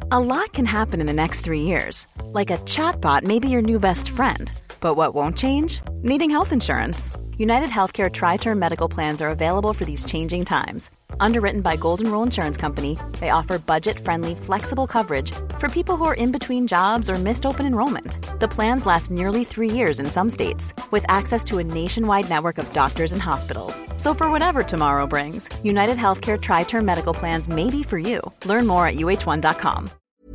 A lot can happen in the next 3 years. Like a chatbot may be your new best friend. But what won't change? Needing health insurance. United Healthcare Tri-Term Medical Plans are available for these changing times. Underwritten by Golden Rule Insurance Company, they offer budget-friendly, flexible coverage for people who are in between jobs or missed open enrollment. The plans last nearly 3 years in some states, with access to a nationwide network of doctors and hospitals. So for whatever tomorrow brings, United Healthcare Tri-Term Medical Plans may be for you. Learn more at uh1.com.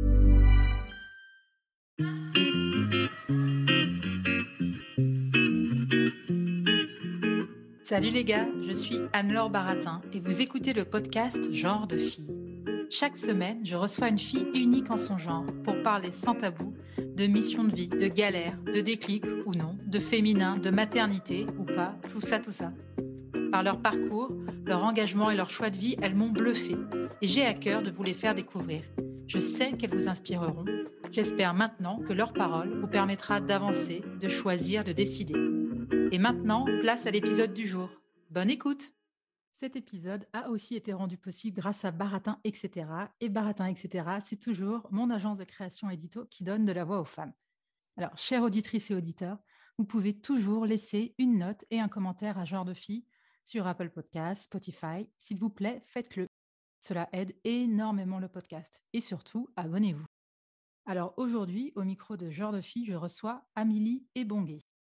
Salut les gars, je suis Anne-Laure Baratin et vous écoutez le podcast Genre de fille. Chaque semaine, je reçois une fille unique en son genre pour parler sans tabou de mission de vie, de galère, de déclic ou non, de féminin, de maternité ou pas, tout ça. Par leur parcours, leur engagement et leur choix de vie, elles m'ont bluffée et j'ai à cœur de vous les faire découvrir. Je sais qu'elles vous inspireront. J'espère maintenant que leur parole vous permettra d'avancer, de choisir, de décider. Et maintenant, place à l'épisode du jour. Bonne écoute! Cet épisode a aussi été rendu possible grâce à Baratin, etc. Et Baratin, etc., c'est toujours mon agence de création édito qui donne de la voix aux femmes. Alors, chères auditrices et auditeurs, vous pouvez toujours laisser une note et un commentaire à Genre de Fille sur Apple Podcasts, Spotify. S'il vous plaît, faites-le. Cela aide énormément le podcast. Et surtout, abonnez-vous. Alors aujourd'hui, au micro de Genre de Fille, je reçois Amélie Ebongué.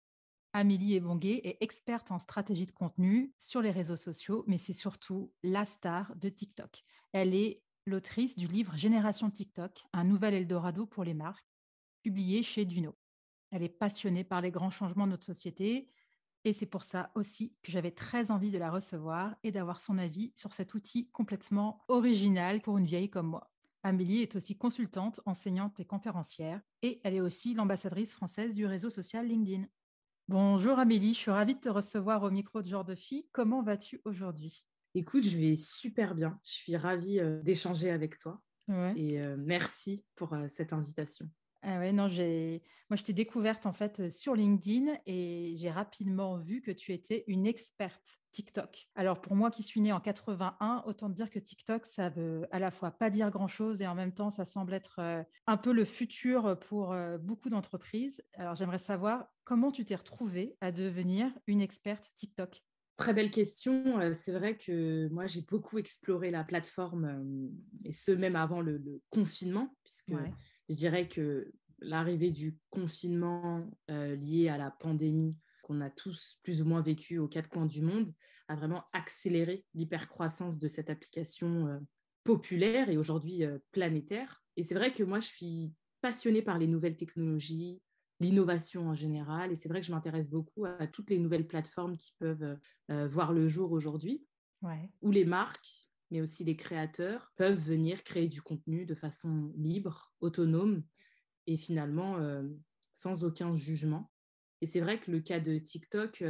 Amélie Ebongué est experte en stratégie de contenu sur les réseaux sociaux, mais c'est surtout la star de TikTok. Elle est l'autrice du livre Génération TikTok, un nouvel Eldorado pour les marques, publié chez Duno. Elle est passionnée par les grands changements de notre société et c'est pour ça aussi que j'avais très envie de la recevoir et d'avoir son avis sur cet outil complètement original pour une vieille comme moi. Amélie est aussi consultante, enseignante et conférencière et elle est aussi l'ambassadrice française du réseau social LinkedIn. Bonjour Amélie, je suis ravie de te recevoir au micro de Genre de Fille. Comment vas-tu aujourd'hui? Écoute, je vais super bien. Je suis ravie d'échanger avec toi Ouais. et merci pour cette invitation. Ah ouais, non, moi je t'ai découverte en fait sur LinkedIn et j'ai rapidement vu que tu étais une experte TikTok. Alors pour moi qui suis née en 81, autant te dire que TikTok, ça veut à la fois pas dire grand-chose et en même temps ça semble être un peu le futur pour beaucoup d'entreprises. Alors j'aimerais savoir comment tu t'es retrouvée à devenir une experte TikTok. Très belle question. C'est vrai que moi, j'ai beaucoup exploré la plateforme et ce, même avant le confinement, puisque Ouais. je dirais que l'arrivée du confinement lié à la pandémie qu'on a tous plus ou moins vécu aux quatre coins du monde a vraiment accéléré l'hypercroissance de cette application populaire et aujourd'hui planétaire. Et c'est vrai que moi, je suis passionnée par les nouvelles technologies, l'innovation en général. Et c'est vrai que je m'intéresse beaucoup à toutes les nouvelles plateformes qui peuvent voir le jour aujourd'hui, Ouais. où les marques, mais aussi les créateurs, peuvent venir créer du contenu de façon libre, autonome et finalement sans aucun jugement. Et c'est vrai que le cas de TikTok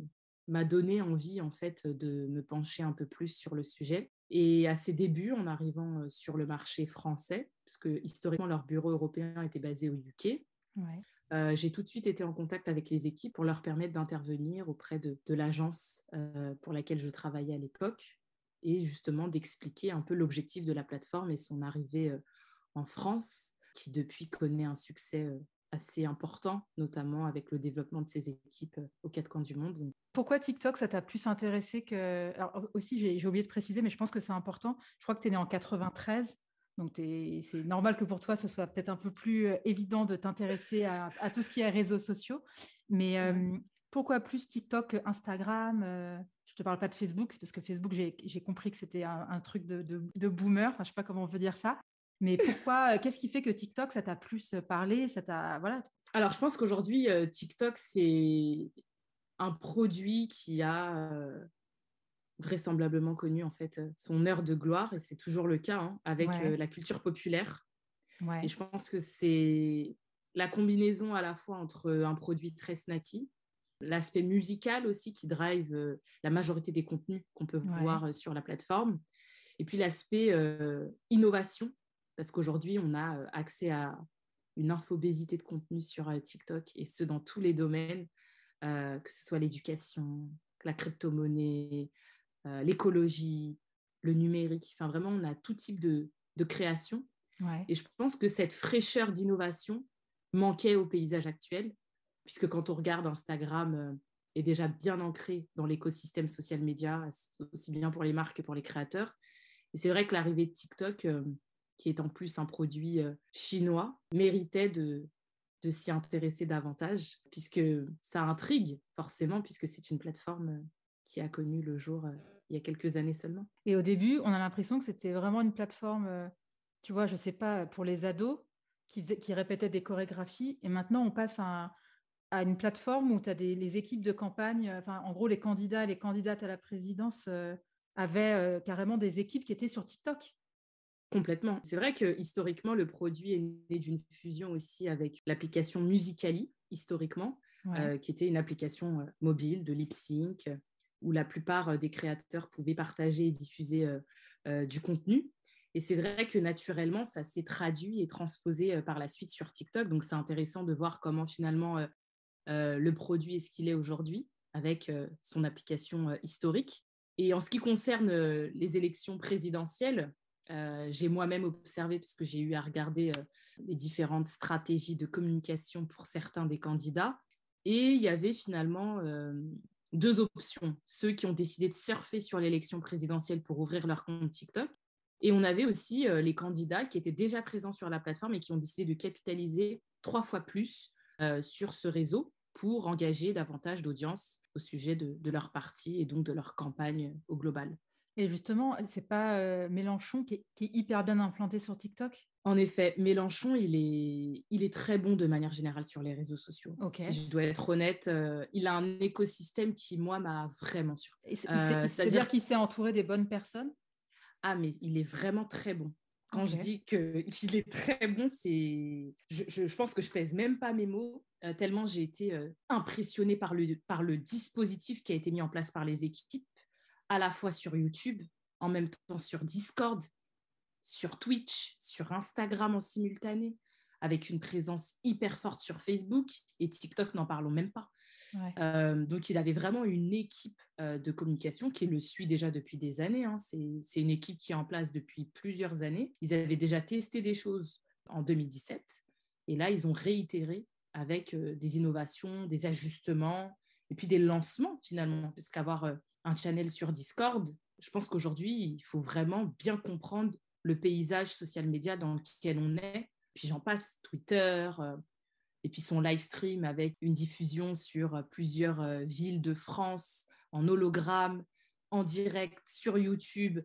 m'a donné envie en fait de me pencher un peu plus sur le sujet. Et à ses débuts, en arrivant sur le marché français, puisque historiquement leur bureau européen était basé au UK, Ouais. j'ai tout de suite été en contact avec les équipes pour leur permettre d'intervenir auprès de l'agence pour laquelle je travaillais à l'époque et justement d'expliquer un peu l'objectif de la plateforme et son arrivée en France, qui depuis connaît un succès assez important, notamment avec le développement de ses équipes aux quatre coins du monde. Pourquoi TikTok, ça t'a plus intéressé que... Alors aussi, j'ai oublié de préciser, mais je pense que c'est important. Je crois que tu es né en 93, donc c'est normal que pour toi, ce soit peut-être un peu plus évident de t'intéresser à tout ce qui est réseaux sociaux. Mais Ouais. pourquoi plus TikTok que Instagram je ne te parle pas de Facebook, c'est parce que Facebook, j'ai compris que c'était un truc de boomer. Enfin, je ne sais pas comment on peut dire ça. Mais pourquoi, qu'est-ce qui fait que TikTok, ça t'a plus parlé, ça t'a... Voilà. Alors, je pense qu'aujourd'hui, TikTok, c'est un produit qui a vraisemblablement connu en fait son heure de gloire, et c'est toujours le cas avec Ouais. la culture populaire. Et Ouais. je pense que c'est la combinaison à la fois entre un produit très snacky, l'aspect musical aussi qui drive la majorité des contenus qu'on peut Ouais. voir sur la plateforme, et puis l'aspect innovation, parce qu'aujourd'hui, on a accès à une infobésité de contenu sur TikTok, et ce, dans tous les domaines, que ce soit l'éducation, la crypto-monnaie, l'écologie, le numérique. Enfin, vraiment, on a tout type de création. Ouais. Et je pense que cette fraîcheur d'innovation manquait au paysage actuel, puisque quand on regarde Instagram est déjà bien ancré dans l'écosystème social media, aussi bien pour les marques que pour les créateurs. Et c'est vrai que l'arrivée de TikTok, qui est en plus un produit chinois, méritait de s'y intéresser davantage, puisque ça intrigue forcément, puisque c'est une plateforme qui a connu le jour il y a quelques années seulement. Et au début, on a l'impression que c'était vraiment une plateforme, tu vois, je sais pas, pour les ados qui répétaient des chorégraphies. Et maintenant, on passe à une plateforme où tu as les équipes de campagne, enfin, en gros, les candidats et les candidates à la présidence avaient carrément des équipes qui étaient sur TikTok. Complètement. C'est vrai que historiquement, le produit est né d'une fusion aussi avec l'application Musical.ly, historiquement, Ouais. qui était une application mobile de lip sync, où la plupart des créateurs pouvaient partager et diffuser du contenu. Et c'est vrai que naturellement, ça s'est traduit et transposé par la suite sur TikTok. Donc, c'est intéressant de voir comment finalement le produit est ce qu'il est aujourd'hui avec son application historique. Et en ce qui concerne les élections présidentielles, j'ai moi-même observé, puisque j'ai eu à regarder les différentes stratégies de communication pour certains des candidats. Et il y avait finalement deux options. Ceux qui ont décidé de surfer sur l'élection présidentielle pour ouvrir leur compte TikTok. Et on avait aussi les candidats qui étaient déjà présents sur la plateforme et qui ont décidé de capitaliser 3 fois plus sur ce réseau pour engager davantage d'audience au sujet de leur parti et donc de leur campagne au global. Et justement, c'est pas Mélenchon qui est hyper bien implanté sur TikTok? En effet, Mélenchon, il est très bon de manière générale sur les réseaux sociaux. Ok. Si je dois être honnête, il a un écosystème qui, moi, m'a vraiment surpris. C'est-à-dire qu'il s'est entouré des bonnes personnes? Ah, mais il est vraiment très bon. Quand Ok. je dis qu'il est très bon, c'est... Je pense que je pèse même pas mes mots, tellement j'ai été impressionnée par le dispositif qui a été mis en place par les équipes, à la fois sur YouTube, en même temps sur Discord, sur Twitch, sur Instagram en simultané, avec une présence hyper forte sur Facebook, et TikTok, n'en parlons même pas. Ouais. Donc, il avait vraiment une équipe de communication qui le suit déjà depuis des années. Hein. C'est une équipe qui est en place depuis plusieurs années. Ils avaient déjà testé des choses en 2017 et là, ils ont réitéré avec des innovations, des ajustements et puis des lancements finalement. Parce qu'avoir un channel sur Discord, je pense qu'aujourd'hui, il faut vraiment bien comprendre le paysage social média dans lequel on est. Puis j'en passe, Twitter, et puis son live stream avec une diffusion sur plusieurs villes de France, en hologramme, en direct, sur YouTube.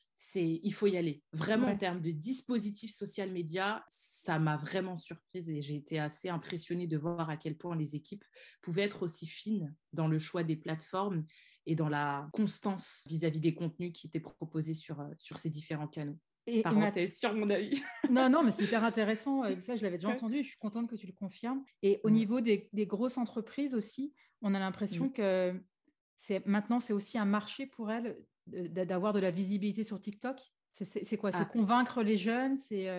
Il faut y aller. Vraiment, en Ouais. termes de dispositifs social média, ça m'a vraiment surprise et j'ai été assez impressionnée de voir à quel point les équipes pouvaient être aussi fines dans le choix des plateformes et dans la constance vis-à-vis des contenus qui étaient proposés sur ces différents canaux. Et Parenthèse sur mon avis. Non, non, mais c'est hyper intéressant. Ça, je l'avais déjà entendu et je suis contente que tu le confirmes. Et au niveau des grosses entreprises aussi, on a l'impression que maintenant, c'est aussi un marché pour elles d'avoir de la visibilité sur TikTok. C'est quoi? C'est Ah, convaincre les jeunes?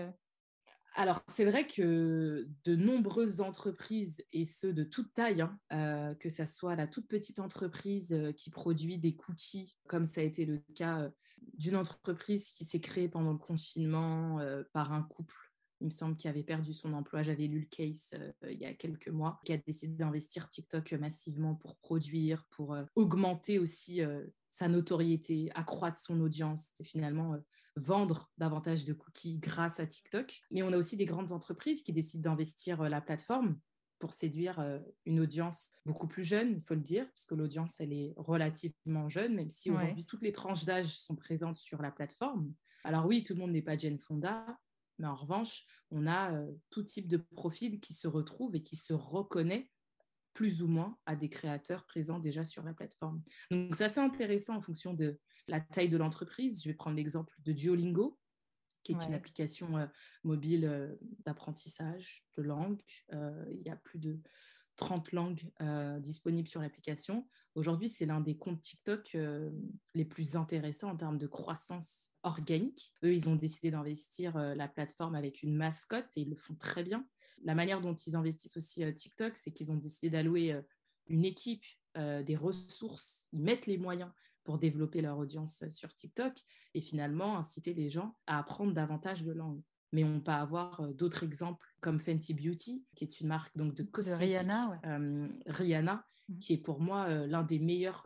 alors, c'est vrai que de nombreuses entreprises, et ceux de toute taille, hein, que ça soit la toute petite entreprise qui produit des cookies, comme ça a été le cas d'une entreprise qui s'est créée pendant le confinement par un couple, il me semble, qui avait perdu son emploi. J'avais lu le case il y a quelques mois, qui a décidé d'investir TikTok massivement pour produire, pour augmenter aussi sa notoriété, accroître son audience et finalement vendre davantage de cookies grâce à TikTok. Mais on a aussi des grandes entreprises qui décident d'investir la plateforme pour séduire une audience beaucoup plus jeune, il faut le dire, parce que l'audience, elle est relativement jeune, même si Ouais. aujourd'hui, toutes les tranches d'âge sont présentes sur la plateforme. Alors oui, tout le monde n'est pas Jane Fonda, mais en revanche, on a tout type de profil qui se retrouve et qui se reconnaît plus ou moins à des créateurs présents déjà sur la plateforme. Donc, c'est assez intéressant en fonction de la taille de l'entreprise. Je vais prendre l'exemple de Duolingo, qui est une Ouais. application mobile d'apprentissage de langue. Il y a plus de 30 langues disponibles sur l'application. Aujourd'hui, c'est l'un des comptes TikTok les plus intéressants en termes de croissance organique. Eux, ils ont décidé d'investir la plateforme avec une mascotte et ils le font très bien. La manière dont ils investissent aussi TikTok, c'est qu'ils ont décidé d'allouer une équipe, des ressources, ils mettent les moyens pour développer leur audience sur TikTok et finalement inciter les gens à apprendre davantage de langues. mais on peut avoir d'autres exemples comme Fenty Beauty, qui est une marque donc, de cosmétiques. De Rihanna, ouais. Rihanna, qui est pour moi l'un des meilleurs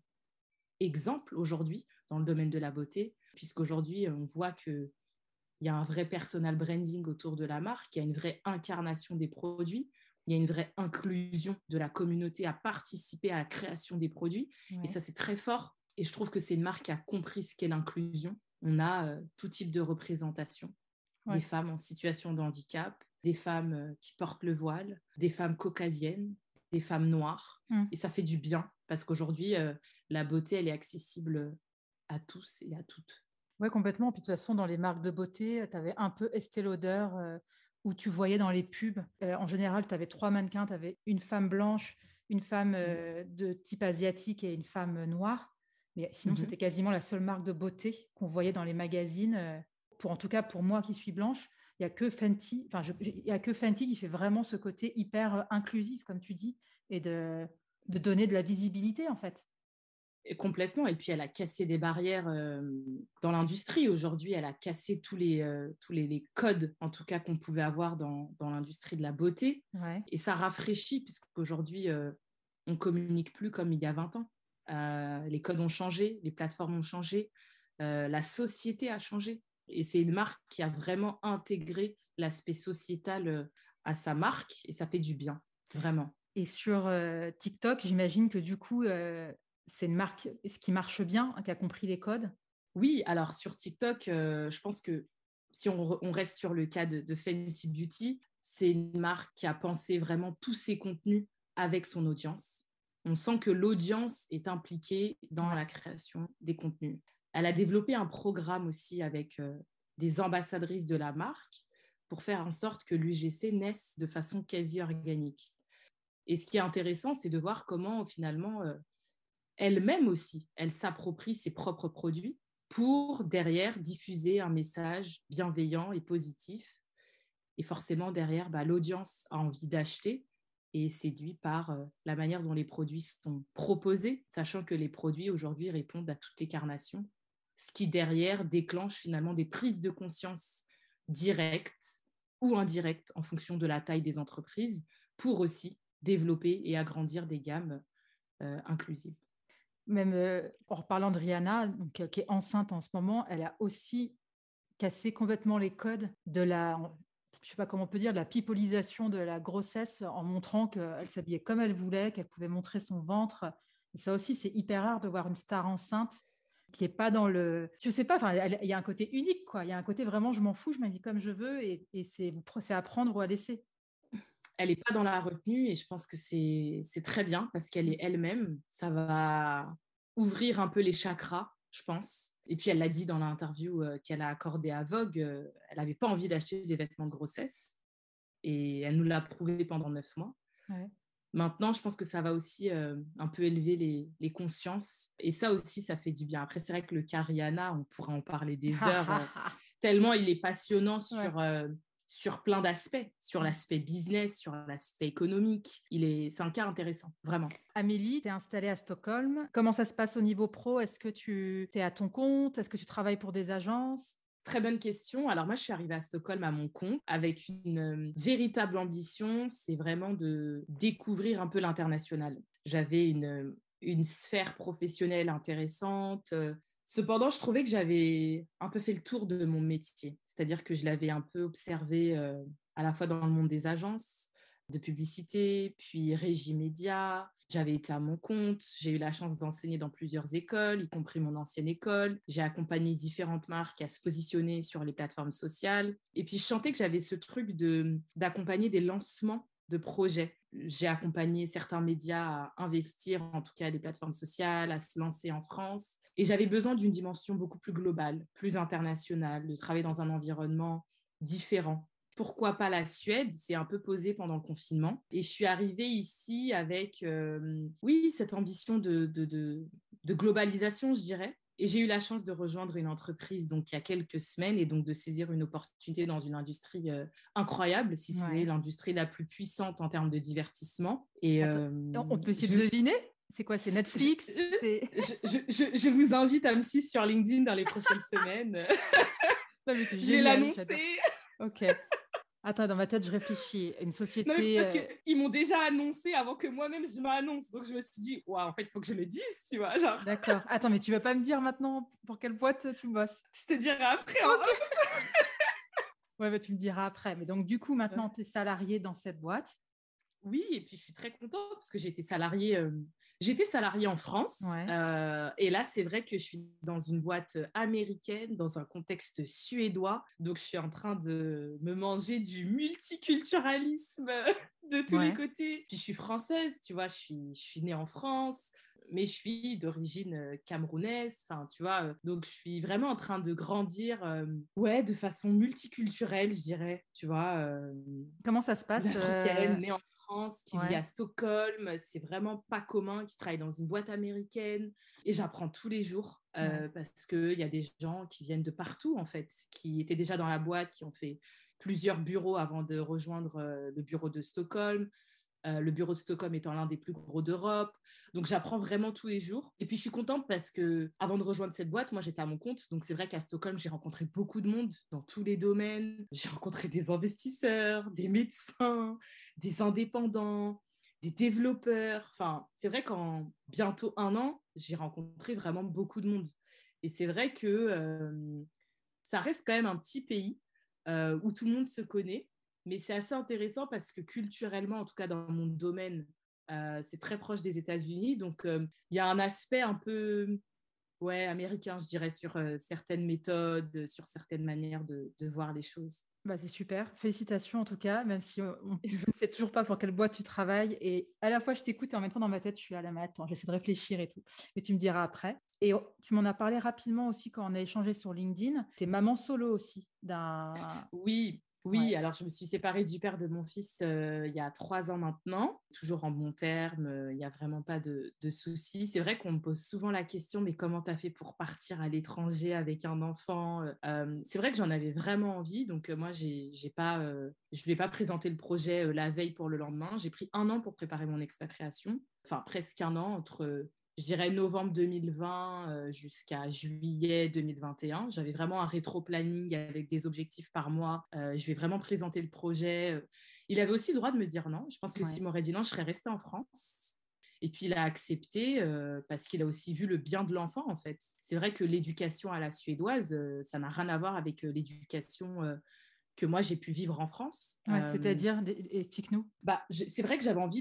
exemples aujourd'hui dans le domaine de la beauté, puisqu'aujourd'hui, on voit qu'il y a un vrai personal branding autour de la marque, il y a une vraie incarnation des produits, il y a une vraie inclusion de la communauté à participer à la création des produits. Ouais. Et ça, c'est très fort. Et je trouve que c'est une marque qui a compris ce qu'est l'inclusion. On a tout type de représentation. Ouais. Des femmes en situation de handicap, des femmes qui portent le voile, des femmes caucasiennes, des femmes noires. Et ça fait du bien parce qu'aujourd'hui, la beauté, elle est accessible à tous et à toutes. Oui, complètement. Puis de toute façon, dans les marques de beauté, tu avais un peu Estée Lauder où tu voyais dans les pubs. En général, tu avais 3 mannequins. Tu avais une femme blanche, une femme de type asiatique et une femme noire. Mais sinon, c'était quasiment la seule marque de beauté qu'on voyait dans les magazines. En tout cas, pour moi qui suis blanche, il n'y a que Fenty. Il y a que Fenty qui fait vraiment ce côté hyper inclusif, comme tu dis, et de donner de la visibilité, en fait. Et complètement. Et puis, elle a cassé des barrières dans l'industrie. Aujourd'hui, elle a cassé tous les codes, en tout cas, qu'on pouvait avoir dans l'industrie de la beauté. Ouais. Et ça rafraîchit, puisqu'aujourd'hui, on ne communique plus comme il y a 20 ans. Les codes ont changé, les plateformes ont changé, la société a changé. Et c'est une marque qui a vraiment intégré l'aspect sociétal à sa marque. Et ça fait du bien, vraiment. Et sur TikTok, j'imagine que du coup... c'est une marque qui marche bien, qui a compris les codes? Oui, alors sur TikTok, je pense que si on reste sur le cas de Fenty Beauty, c'est une marque qui a pensé vraiment tous ses contenus avec son audience. On sent que l'audience est impliquée dans la création des contenus. Elle a développé un programme aussi avec des ambassadrices de la marque pour faire en sorte que l'UGC naisse de façon quasi organique. Et ce qui est intéressant, c'est de voir comment finalement... elle-même aussi, elle s'approprie ses propres produits pour derrière diffuser un message bienveillant et positif. Et forcément, derrière, l'audience a envie d'acheter et est séduite par la manière dont les produits sont proposés, sachant que les produits aujourd'hui répondent à toutes les carnations, ce qui derrière déclenche finalement des prises de conscience directes ou indirectes en fonction de la taille des entreprises pour aussi développer et agrandir des gammes inclusives. Même en parlant de Rihanna, donc, qui est enceinte en ce moment, elle a aussi cassé complètement les codes de je sais pas comment on peut dire, de la pipolisation de la grossesse en montrant qu'elle s'habillait comme elle voulait, qu'elle pouvait montrer son ventre. Et ça aussi, c'est hyper rare de voir une star enceinte qui est pas dans le... Je sais pas, il y a un côté unique, quoi. Il y a un côté vraiment, je m'en fous, je m'habille comme je veux et c'est à prendre ou à laisser. Elle n'est pas dans la retenue et je pense que c'est très bien parce qu'elle est elle-même. Ça va ouvrir un peu les chakras, je pense. Et puis, elle l'a dit dans l'interview qu'elle a accordée à Vogue, elle n'avait pas envie d'acheter des vêtements de grossesse et elle nous l'a prouvé pendant 9 mois. Ouais. Maintenant, je pense que ça va aussi un peu élever les consciences et ça aussi, ça fait du bien. Après, c'est vrai que le cas Rihanna, on pourra en parler des heures, tellement il est passionnant sur plein d'aspects, sur l'aspect business, sur l'aspect économique. C'est un cas intéressant, vraiment. Amélie, tu es installée à Stockholm. Comment ça se passe au niveau pro? Est-ce que tu es à ton compte? Est-ce que tu travailles pour des agences? Très bonne question. Alors moi, je suis arrivée à Stockholm à mon compte avec une véritable ambition, c'est vraiment de découvrir un peu l'international. J'avais une sphère professionnelle intéressante. Cependant, je trouvais que j'avais un peu fait le tour de mon métier, c'est-à-dire que je l'avais un peu observé à la fois dans le monde des agences de publicité, puis régie média. J'avais été à mon compte, j'ai eu la chance d'enseigner dans plusieurs écoles, y compris mon ancienne école. J'ai accompagné différentes marques à se positionner sur les plateformes sociales. Et puis, je sentais que j'avais ce truc d'accompagner des lancements de projets. J'ai accompagné certains médias à investir, en tout cas les plateformes sociales, à se lancer en France. Et j'avais besoin d'une dimension beaucoup plus globale, plus internationale, de travailler dans un environnement différent. Pourquoi pas la Suède? C'est un peu posé pendant le confinement. Et je suis arrivée ici avec, cette ambition de globalisation, je dirais. Et j'ai eu la chance de rejoindre une entreprise donc, il y a quelques semaines et donc de saisir une opportunité dans une industrie incroyable, si ce n'est l'industrie la plus puissante en termes de divertissement. Et, on peut essayer de deviner? C'est quoi? C'est Netflix? Je vous invite à me suivre sur LinkedIn dans les prochaines semaines. Non, mais je vais l'annoncer. Ok. Attends, dans ma tête, je réfléchis. Une Non, mais société. parce qu'ils m'ont déjà annoncé avant que moi-même je m'annonce. Donc, je me suis dit, ouais, en fait, il faut que je le dise, tu vois. Genre, D'accord. Attends, mais tu vas pas me dire maintenant pour quelle boîte tu bosses? je te dirai après. Hein. Ok. Ouais, bah, tu me diras après. Mais donc, du coup, maintenant, tu es salarié dans cette boîte. Oui, et puis je suis très contente parce que j'étais salariée en France. Ouais. Et là, c'est vrai que je suis dans une boîte américaine, dans un contexte suédois. Donc, je suis en train de me manger du multiculturalisme de tous les Ouais. côtés. Puis, je suis française, tu vois, je suis née en France, mais je suis d'origine camerounaise. Enfin, tu vois, donc je suis vraiment en train de grandir, ouais, de façon multiculturelle, je dirais, tu vois. Comment ça se Une passe Africaine née en France qui vit Ouais. à Stockholm. C'est vraiment pas commun, qui travaille dans une boîte américaine. Et j'apprends tous les jours Ouais. parce qu'il y a des gens qui viennent de partout, en fait, qui étaient déjà dans la boîte, qui ont fait plusieurs bureaux avant de rejoindre le bureau de Stockholm. Le bureau de Stockholm étant l'un des plus gros d'Europe. Donc, j'apprends vraiment tous les jours. Et puis, je suis contente parce que avant de rejoindre cette boîte, moi, j'étais à mon compte. Donc, c'est vrai qu'à Stockholm, j'ai rencontré beaucoup de monde dans tous les domaines. J'ai rencontré des investisseurs, des médecins, des indépendants, des développeurs. Enfin, c'est vrai qu'en bientôt 1 an, j'ai rencontré vraiment beaucoup de monde. Et c'est vrai que ça reste quand même un petit pays où tout le monde se connaît. Mais c'est assez intéressant parce que culturellement, en tout cas dans mon domaine, c'est très proche des États-Unis. Donc, il y a un aspect un peu ouais, américain, je dirais, sur certaines méthodes, sur certaines manières de voir les choses. Bah, c'est super. Félicitations en tout cas, même si je ne sais toujours pas pour quelle boîte tu travailles. Et à la fois, je t'écoute et en même temps, dans ma tête, je suis à la mais attends, j'essaie de réfléchir et tout. Mais tu me diras après. Et tu m'en as parlé rapidement aussi quand on a échangé sur LinkedIn. Tu es maman solo aussi d'un. Oui, Ouais. oui. Alors, je me suis séparée du père de mon fils il y a 3 ans maintenant, toujours en bon terme. Il n'y a vraiment pas de soucis. C'est vrai qu'on me pose souvent la question, mais comment tu as fait pour partir à l'étranger avec un enfant? C'est vrai que j'en avais vraiment envie. Donc, moi, j'ai pas, je ne lui ai pas présenté le projet la veille pour le lendemain. J'ai pris 1 an pour préparer mon expatriation. Enfin, presque 1 an entre je dirais novembre 2020 jusqu'à juillet 2021. J'avais vraiment un rétro-planning avec des objectifs par mois. Je vais vraiment présenter le projet. Il avait aussi le droit de me dire non. Je pense que Ouais. s'il m'aurait dit non, je serais restée en France. Et puis, il a accepté parce qu'il a aussi vu le bien de l'enfant, en fait. C'est vrai que l'éducation à la suédoise, ça n'a rien à voir avec l'éducation que moi, j'ai pu vivre en France. Ouais, c'est-à-dire, explique-nous. C'est vrai que j'avais envie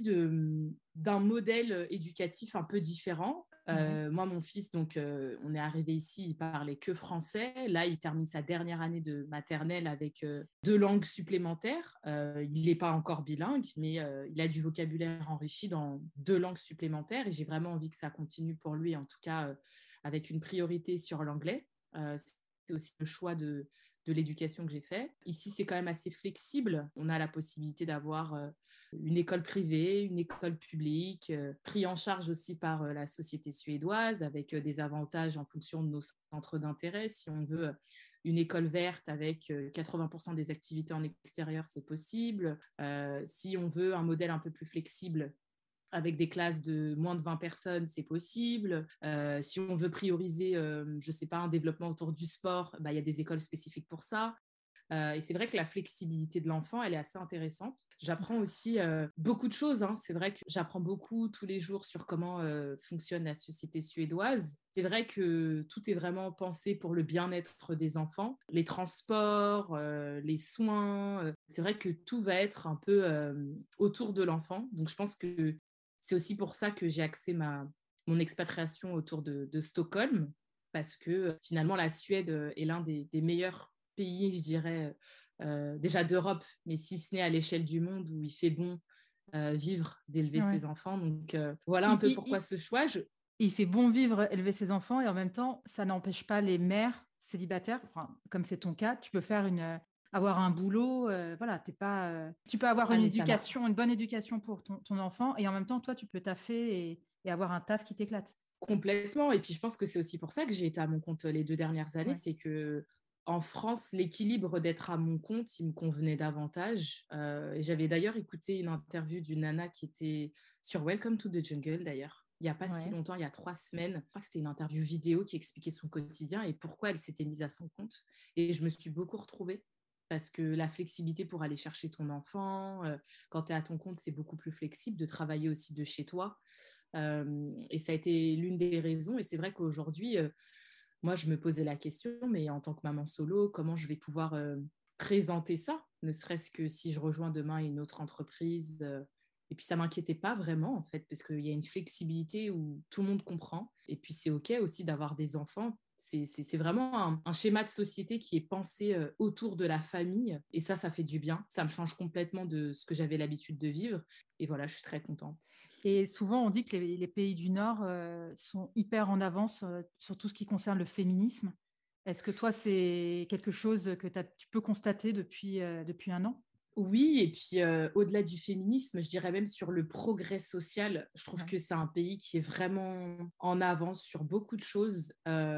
d'un modèle éducatif un peu différent. Ouais. Moi, mon fils, donc, on est arrivé ici, il parlait que français. Là, il termine sa dernière année de maternelle avec 2 langues supplémentaires. Il n'est pas encore bilingue, mais il a du vocabulaire enrichi dans 2 langues supplémentaires. Et j'ai vraiment envie que ça continue pour lui, en tout cas, avec une priorité sur l'anglais. C'est aussi le choix de l'éducation que j'ai fait. Ici, c'est quand même assez flexible. On a la possibilité d'avoir une école privée, une école publique, pris en charge aussi par la société suédoise, avec des avantages en fonction de nos centres d'intérêt. Si on veut une école verte avec 80% des activités en extérieur, c'est possible. Si on veut un modèle un peu plus flexible, avec des classes de moins de 20 personnes, c'est possible. Si on veut prioriser, je ne sais pas, un développement autour du sport, bah, y a des écoles spécifiques pour ça. Et c'est vrai que la flexibilité de l'enfant, elle est assez intéressante. J'apprends aussi beaucoup de choses. Hein. C'est vrai que j'apprends beaucoup tous les jours sur comment fonctionne la société suédoise. C'est vrai que tout est vraiment pensé pour le bien-être des enfants. Les transports, les soins. C'est vrai que tout va être un peu autour de l'enfant. Donc je pense que c'est aussi pour ça que j'ai axé mon expatriation autour de Stockholm, parce que finalement, la Suède est l'un des meilleurs pays, je dirais, déjà d'Europe, mais si ce n'est à l'échelle du monde où il fait bon vivre, d'élever Ouais. ses enfants. Donc voilà un Il, peu il- pourquoi il- ce choix. il fait bon vivre, élever ses enfants et en même temps, ça n'empêche pas les mères célibataires, enfin, comme c'est ton cas, tu peux faire avoir un boulot, voilà, t'es pas, tu peux avoir Ah, une mais ça m'a éducation, une bonne éducation pour ton enfant et en même temps, toi, tu peux taffer et avoir un taf qui t'éclate. complètement. Et puis je pense que c'est aussi pour ça que j'ai été à mon compte les 2 dernières années. Ouais. C'est que en France, l'équilibre d'être à mon compte, il me convenait davantage. Et j'avais d'ailleurs écouté une interview d'une nana qui était sur Welcome to the Jungle, d'ailleurs. Il n'y a pas si Ouais. longtemps, il y a 3 semaines. Je crois que c'était une interview vidéo qui expliquait son quotidien et pourquoi elle s'était mise à son compte. Et je me suis beaucoup retrouvée. parce que la flexibilité pour aller chercher ton enfant, quand tu es à ton compte, c'est beaucoup plus flexible de travailler aussi de chez toi. Et ça a été l'une des raisons. Et c'est vrai qu'aujourd'hui, moi, je me posais la question, mais en tant que maman solo, comment je vais pouvoir présenter ça, ne serait-ce que si je rejoins demain une autre entreprise. Et puis, ça ne m'inquiétait pas vraiment, en fait, parce qu'il y a une flexibilité où tout le monde comprend. Et puis, c'est OK aussi d'avoir des enfants. C'est vraiment un schéma de société qui est pensé autour de la famille. Et ça fait du bien. Ça me change complètement de ce que j'avais l'habitude de vivre. Et voilà, je suis très contente. Et souvent, on dit que les pays du Nord sont hyper en avance sur tout ce qui concerne le féminisme. Est-ce que toi, c'est quelque chose que tu peux constater depuis un an? Oui, et puis au-delà du féminisme, je dirais même sur le progrès social, je trouve que c'est un pays qui est vraiment en avance sur beaucoup de choses,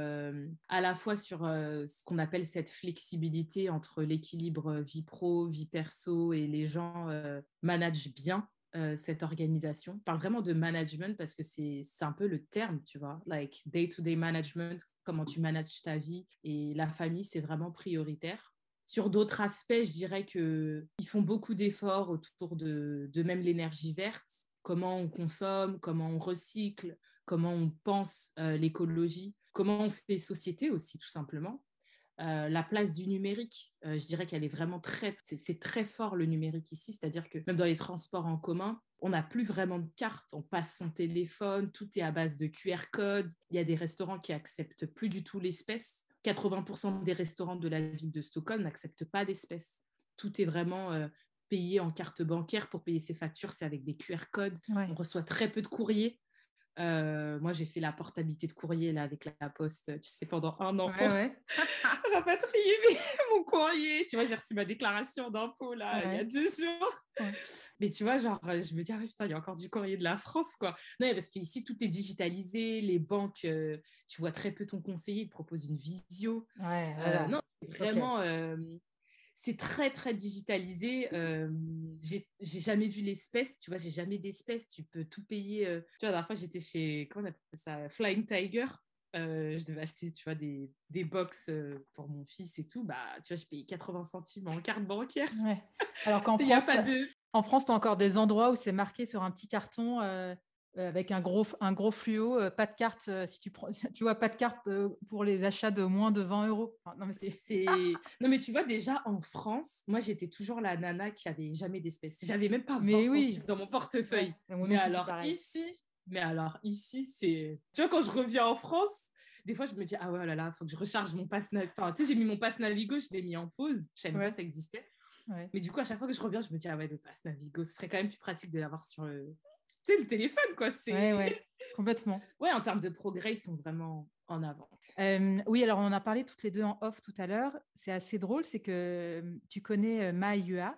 à la fois sur ce qu'on appelle cette flexibilité entre l'équilibre vie pro, vie perso, et les gens managent bien cette organisation. Je parle vraiment de management parce que c'est un peu le terme, tu vois, like day-to-day management, comment tu manages ta vie, et la famille, c'est vraiment prioritaire. Sur d'autres aspects, je dirais qu'ils font beaucoup d'efforts autour de même l'énergie verte, comment on consomme, comment on recycle, comment on pense l'écologie, comment on fait société aussi, tout simplement. La place du numérique, je dirais qu'elle est vraiment c'est très fort le numérique ici, c'est-à-dire que même dans les transports en commun, on n'a plus vraiment de carte, on passe son téléphone, tout est à base de QR code, il y a des restaurants qui acceptent plus du tout l'espèce, 80% des restaurants de la ville de Stockholm n'acceptent pas d'espèces, tout est vraiment payé en carte bancaire. Pour payer ses factures, c'est avec des QR codes, on reçoit très peu de courriers. Moi, j'ai fait la portabilité de courrier là, avec la poste, tu sais, pendant un an pour rapatrier mon courrier. Tu vois, j'ai reçu ma déclaration d'impôt là, il y a 2 jours. Mais tu vois, genre, je me dis, ah ouais, putain, il y a encore du courrier de la France, quoi. Non, parce qu'ici, tout est digitalisé. Les banques, tu vois très peu ton conseiller, il te propose une visio. Non, vraiment... c'est très, très digitalisé. J'ai jamais vu l'espèce, tu vois, j'ai jamais d'espèce. Tu peux tout payer. Tu vois, la dernière fois, j'étais chez, comment on appelle ça, Flying Tiger. Je devais acheter, tu vois, des box pour mon fils et tout. Bah, tu vois, j'ai payé 80 centimes en carte bancaire. Ouais. Alors qu'en Il y a France, pas de... en France, tu as encore des endroits où c'est marqué sur un petit carton avec un gros fluo, pas de carte, si tu prends, tu vois, pas de carte pour les achats de moins de 20 euros. Enfin, non, mais Non, mais tu vois, déjà en France, moi, j'étais toujours la nana qui avait jamais d'espèces. J'avais même pas 20 mais oui. centimes dans mon portefeuille. Ouais. Moi Mais non plus, c'est alors pareil. ici, c'est... Tu vois, quand je reviens en France, des fois, je me dis, ah ouais, oh là là, faut que je recharge mon pass Navigo. Enfin, tu sais, j'ai mis mon pass Navigo, je l'ai mis en pause. Je savais même pas que ça existait. Mais du coup, à chaque fois que je reviens, je me dis, ah ouais, le pass Navigo, ce serait quand même plus pratique de l'avoir sur le... Tu sais, le téléphone, quoi. Ouais, complètement. Ouais, en termes de progrès, ils sont vraiment en avant. Oui, alors on en a parlé toutes les deux en off tout à l'heure. C'est assez drôle, c'est que tu connais Mai Yua,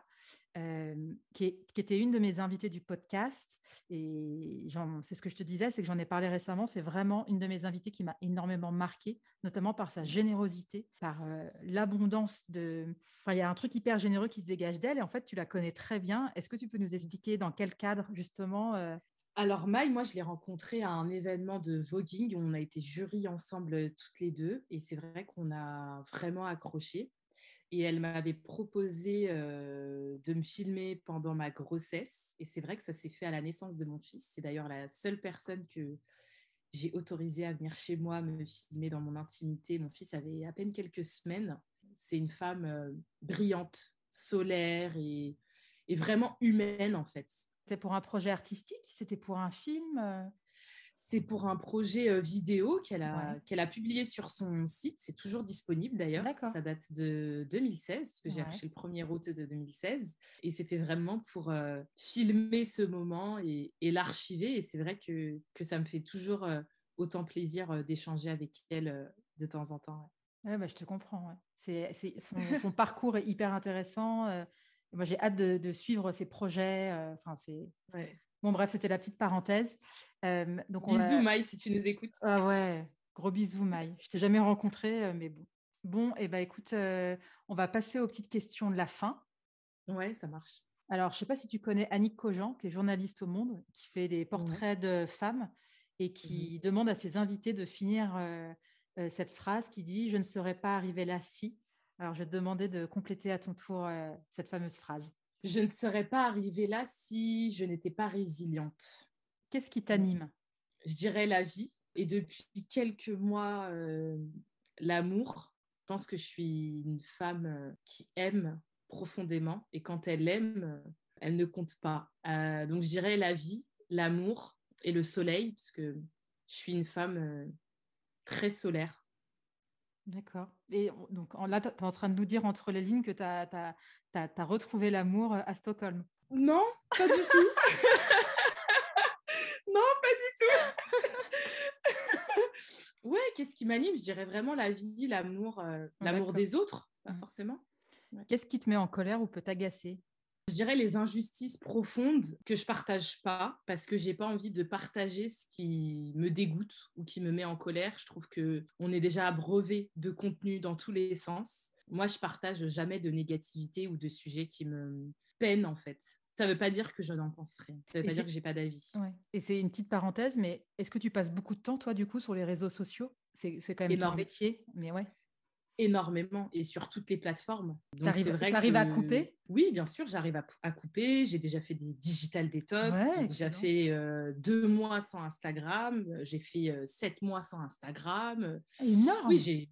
qui était une de mes invitées du podcast. Et c'est ce que je te disais, c'est que j'en ai parlé récemment. C'est vraiment une de mes invitées qui m'a énormément marquée, notamment par sa générosité, par l'abondance de... Enfin, il y a un truc hyper généreux qui se dégage d'elle. Et en fait, tu la connais très bien. Est-ce que tu peux nous expliquer dans quel cadre, justement Alors, Maï, moi, je l'ai rencontrée à un événement de voguing où on a été jury ensemble toutes les deux. Et c'est vrai qu'on a vraiment accroché. Et elle m'avait proposé de me filmer pendant ma grossesse. Et c'est vrai que ça s'est fait à la naissance de mon fils. C'est d'ailleurs la seule personne que j'ai autorisée à venir chez moi me filmer dans mon intimité. Mon fils avait à peine quelques semaines. C'est une femme brillante, solaire et vraiment humaine, en fait. C'était pour un projet artistique? C'était pour un film C'est pour un projet vidéo qu'elle a publié sur son site. C'est toujours disponible d'ailleurs. D'accord. Ça date de 2016, parce que j'ai accouché le 1er août de 2016. Et c'était vraiment pour filmer ce moment et l'archiver. Et c'est vrai que ça me fait toujours autant plaisir d'échanger avec elle de temps en temps. Ouais, bah, je te comprends. Ouais. Son parcours est hyper intéressant. Moi, j'ai hâte de suivre ses projets. Bon, bref, c'était la petite parenthèse. Donc bisous, Maï, si tu nous écoutes. Ah ouais, gros bisous, Maï. Je t'ai jamais rencontré, mais bon. Bon, et bah, écoute, on va passer aux petites questions de la fin. Ouais, ça marche. Alors, je sais pas si tu connais Annick Cogent, qui est journaliste au Monde, qui fait des portraits de femmes et qui demande à ses invités de finir cette phrase qui dit « Je ne serais pas arrivée là si ». Alors, je vais te demander de compléter à ton tour cette fameuse phrase. Je ne serais pas arrivée là si je n'étais pas résiliente. Qu'est-ce qui t'anime? Je dirais la vie. Et depuis quelques mois, l'amour. Je pense que je suis une femme qui aime profondément. Et quand elle aime, elle ne compte pas. Donc, je dirais la vie, l'amour et le soleil, parce que je suis une femme très solaire. D'accord. Et donc là, tu es en train de nous dire entre les lignes que tu as retrouvé l'amour à Stockholm. Non, pas du tout. Non, pas du tout. Ouais, qu'est-ce qui m'anime? Je dirais vraiment la vie, l'amour, l'amour des autres, pas forcément. Ouais. Qu'est-ce qui te met en colère ou peut t'agacer? Je dirais les injustices profondes que je partage pas parce que j'ai pas envie de partager ce qui me dégoûte ou qui me met en colère. Je trouve que on est déjà abreuvé de contenu dans tous les sens. Moi, je partage jamais de négativité ou de sujets qui me peinent en fait. Ça veut pas dire que je n'en pense rien. Ça veut pas dire que j'ai pas d'avis. Ouais. Et c'est une petite parenthèse, mais est-ce que tu passes beaucoup de temps, toi, du coup, sur les réseaux sociaux? C'est quand même ton métier, mais ouais. Énormément, et sur toutes les plateformes. Donc, t'arrives à couper? Oui, bien sûr, j'arrive à couper. J'ai déjà fait des digital detox. J'ai déjà fait 2 mois sans Instagram. J'ai fait 7 mois sans Instagram. Énorme! Oui,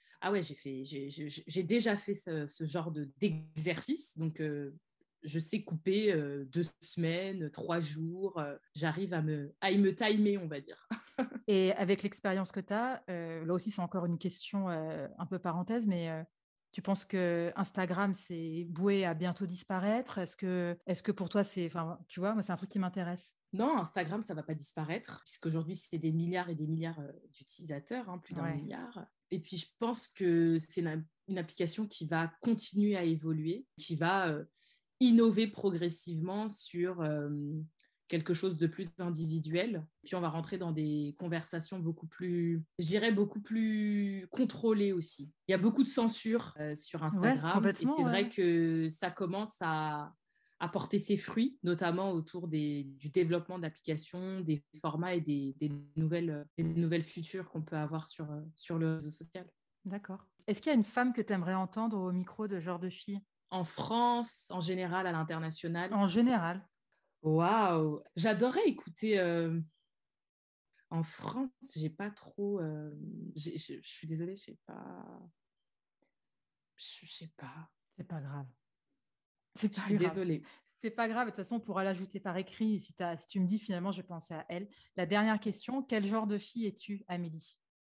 j'ai déjà fait ce genre d'exercice. Donc, je sais couper 2 semaines, 3 jours. J'arrive à y me timer, on va dire. Et avec l'expérience que tu as, là aussi, c'est encore une question un peu parenthèse, mais tu penses que Instagram, c'est voué à bientôt disparaître? Est-ce que pour toi, tu vois, moi, c'est un truc qui m'intéresse. Non, Instagram, ça ne va pas disparaître, puisqu'aujourd'hui, c'est des milliards et des milliards d'utilisateurs, plus d'1 milliard. Et puis, je pense que c'est une application qui va continuer à évoluer, qui va innover progressivement sur quelque chose de plus individuel. Puis, on va rentrer dans des conversations beaucoup plus contrôlées aussi. Il y a beaucoup de censure sur Instagram. Et c'est vrai que ça commence à porter ses fruits, notamment autour du développement d'applications, des formats et des nouvelles futures qu'on peut avoir sur le réseau social. D'accord. Est-ce qu'il y a une femme que tu aimerais entendre au micro de Genre de Fille? En France, en général, à l'international? En général. Waouh! J'adorerais écouter... En France, j'ai pas trop... je suis désolée, je sais pas... C'est pas grave. Je suis désolée. C'est pas grave, de toute façon, on pourra l'ajouter par écrit. Si tu me dis finalement, je pensais à elle. La dernière question, quel genre de fille es-tu, Amélie?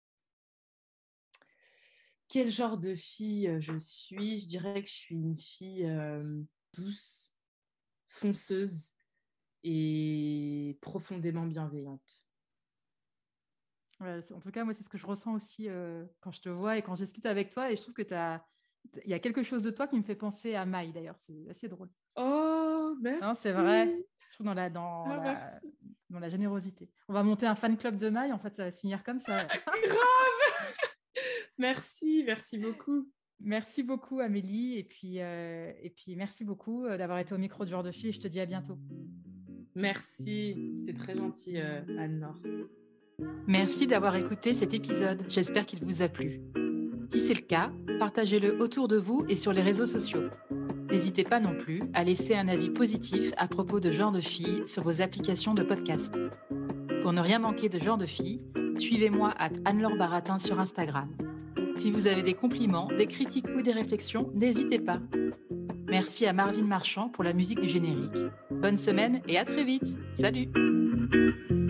Quel genre de fille je suis? Je dirais que je suis une fille douce, fonceuse et profondément bienveillante. Ouais, en tout cas, moi, c'est ce que je ressens aussi quand je te vois et quand je discute avec toi. Et je trouve que il y a quelque chose de toi qui me fait penser à Maï, d'ailleurs. C'est assez drôle. Oh, merci. Non, c'est vrai. Je trouve dans la générosité. On va monter un fan club de Maï. En fait, ça va se finir comme ça. Grave. Merci beaucoup. Merci beaucoup, Amélie. Et puis merci beaucoup d'avoir été au micro de Genre de Fille. Je te dis à bientôt. Merci. C'est très gentil, Anne-Laure. Merci d'avoir écouté cet épisode. J'espère qu'il vous a plu. Si c'est le cas, partagez-le autour de vous et sur les réseaux sociaux. N'hésitez pas non plus à laisser un avis positif à propos de Genre de Fille sur vos applications de podcast. Pour ne rien manquer de Genre de Fille, suivez-moi @Anne-Laure Baratin sur Instagram. Si vous avez des compliments, des critiques ou des réflexions, n'hésitez pas. Merci à Marvin Marchand pour la musique du générique. Bonne semaine et à très vite. Salut!